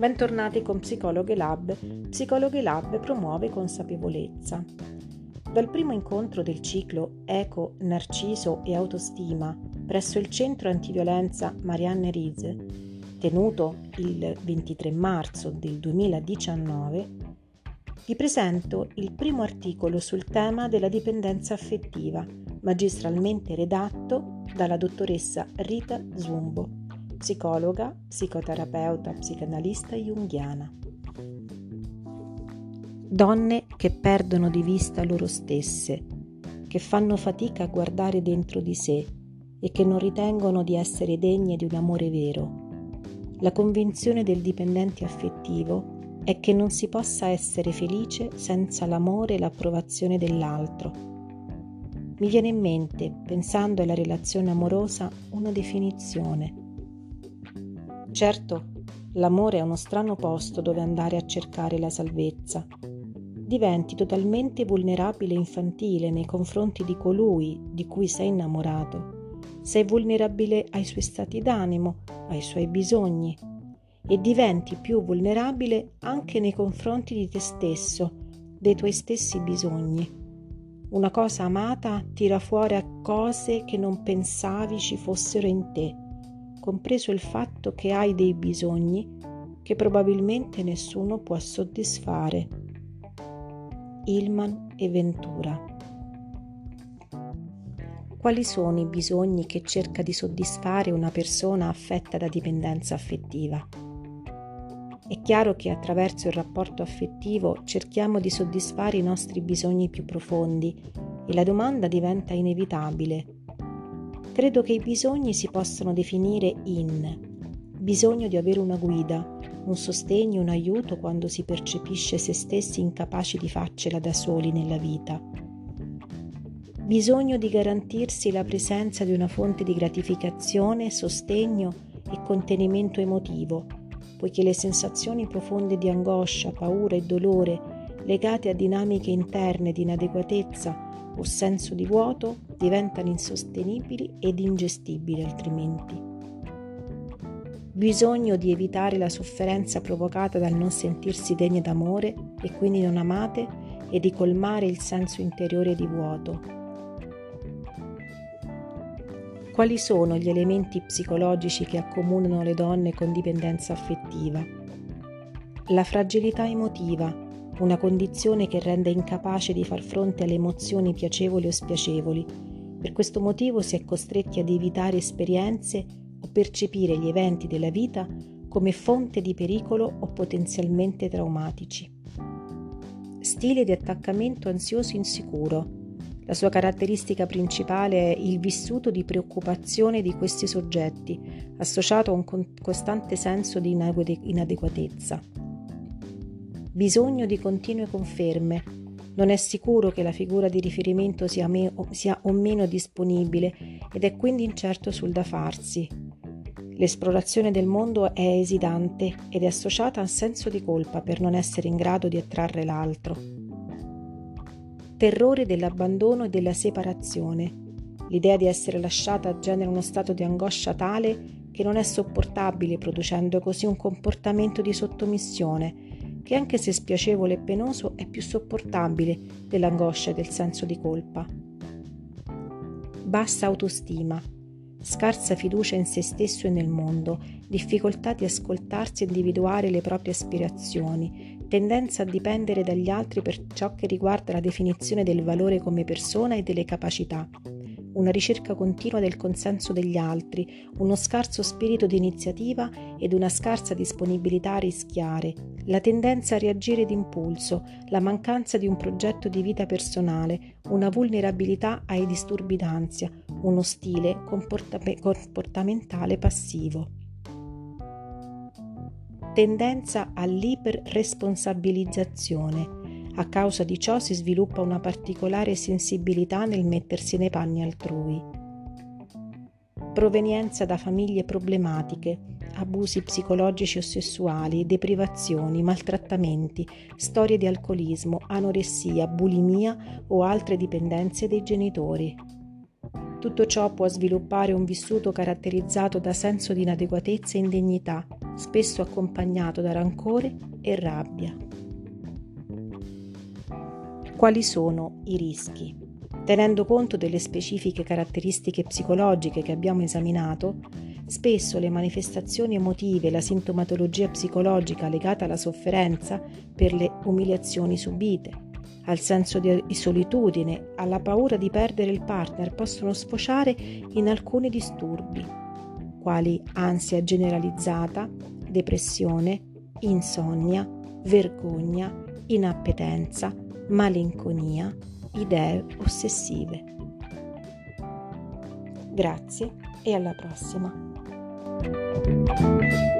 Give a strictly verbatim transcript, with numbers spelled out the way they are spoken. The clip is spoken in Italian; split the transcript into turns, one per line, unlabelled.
Bentornati con Psicologhe Lab. Psicologhe Lab promuove consapevolezza. Dal primo incontro del ciclo Eco, Narciso e Autostima presso il centro antiviolenza Marianne Ries, tenuto il ventitré marzo del duemiladiciannove, vi presento il primo articolo sul tema della dipendenza affettiva, magistralmente redatto dalla dottoressa Rita Zumbo, psicologa, psicoterapeuta, psicanalista junghiana. Donne che perdono di vista loro stesse, che fanno fatica a guardare dentro di sé e che non ritengono di essere degne di un amore vero. La convinzione del dipendente affettivo è che non si possa essere felice senza l'amore e l'approvazione dell'altro. Mi viene in mente, pensando alla relazione amorosa, una definizione. Certo, l'amore è uno strano posto dove andare a cercare la salvezza. Diventi totalmente vulnerabile e infantile nei confronti di colui di cui sei innamorato. Sei vulnerabile ai suoi stati d'animo, ai suoi bisogni e diventi più vulnerabile anche nei confronti di te stesso, dei tuoi stessi bisogni. Una cosa amata tira fuori a cose che non pensavi ci fossero in te, compreso il fatto che hai dei bisogni che probabilmente nessuno può soddisfare. Hillman e Ventura. Quali sono i bisogni che cerca di soddisfare una persona affetta da dipendenza affettiva? È chiaro che attraverso il rapporto affettivo cerchiamo di soddisfare i nostri bisogni più profondi e la domanda diventa inevitabile. Credo che i bisogni si possano definire in bisogno di avere una guida, un sostegno, un aiuto quando si percepisce se stessi incapaci di farcela da soli nella vita. Bisogno di garantirsi la presenza di una fonte di gratificazione, sostegno e contenimento emotivo, poiché le sensazioni profonde di angoscia, paura e dolore legate a dinamiche interne di inadeguatezza o senso di vuoto diventano insostenibili ed ingestibili altrimenti. Bisogno di evitare la sofferenza provocata dal non sentirsi degne d'amore e quindi non amate e di colmare il senso interiore di vuoto. Quali sono gli elementi psicologici che accomunano le donne con dipendenza affettiva? La fragilità emotiva, una condizione che rende incapace di far fronte alle emozioni piacevoli o spiacevoli. Per questo motivo si è costretti ad evitare esperienze o percepire gli eventi della vita come fonte di pericolo o potenzialmente traumatici. Stile di attaccamento ansioso insicuro. La sua caratteristica principale è il vissuto di preoccupazione di questi soggetti, associato a un costante senso di inadeguatezza. Bisogno di continue conferme. Non è sicuro che la figura di riferimento sia, me- sia o meno disponibile ed è quindi incerto sul da farsi. L'esplorazione del mondo è esitante ed è associata al senso di colpa per non essere in grado di attrarre l'altro. Terrore dell'abbandono e della separazione. L'idea di essere lasciata genera uno stato di angoscia tale che non è sopportabile, producendo così un comportamento di sottomissione che anche se spiacevole e penoso è più sopportabile dell'angoscia e del senso di colpa. Bassa autostima, scarsa fiducia in se stesso e nel mondo, difficoltà di ascoltarsi e individuare le proprie aspirazioni, tendenza a dipendere dagli altri per ciò che riguarda la definizione del valore come persona e delle capacità, una ricerca continua del consenso degli altri, uno scarso spirito di iniziativa ed una scarsa disponibilità a rischiare, la tendenza a reagire d'impulso, la mancanza di un progetto di vita personale, una vulnerabilità ai disturbi d'ansia, uno stile comportame- comportamentale passivo. Tendenza all'iperresponsabilizzazione. A causa di ciò si sviluppa una particolare sensibilità nel mettersi nei panni altrui. Provenienza da famiglie problematiche, abusi psicologici o sessuali, deprivazioni, maltrattamenti, storie di alcolismo, anoressia, bulimia o altre dipendenze dei genitori. Tutto ciò può sviluppare un vissuto caratterizzato da senso di inadeguatezza e indegnità, spesso accompagnato da rancore e rabbia. Quali sono i rischi? Tenendo conto delle specifiche caratteristiche psicologiche che abbiamo esaminato, spesso le manifestazioni emotive e la sintomatologia psicologica legata alla sofferenza per le umiliazioni subite, al senso di solitudine, alla paura di perdere il partner possono sfociare in alcuni disturbi, quali ansia generalizzata, depressione, insonnia, vergogna, inappetenza, malinconia, idee ossessive. Grazie e alla prossima.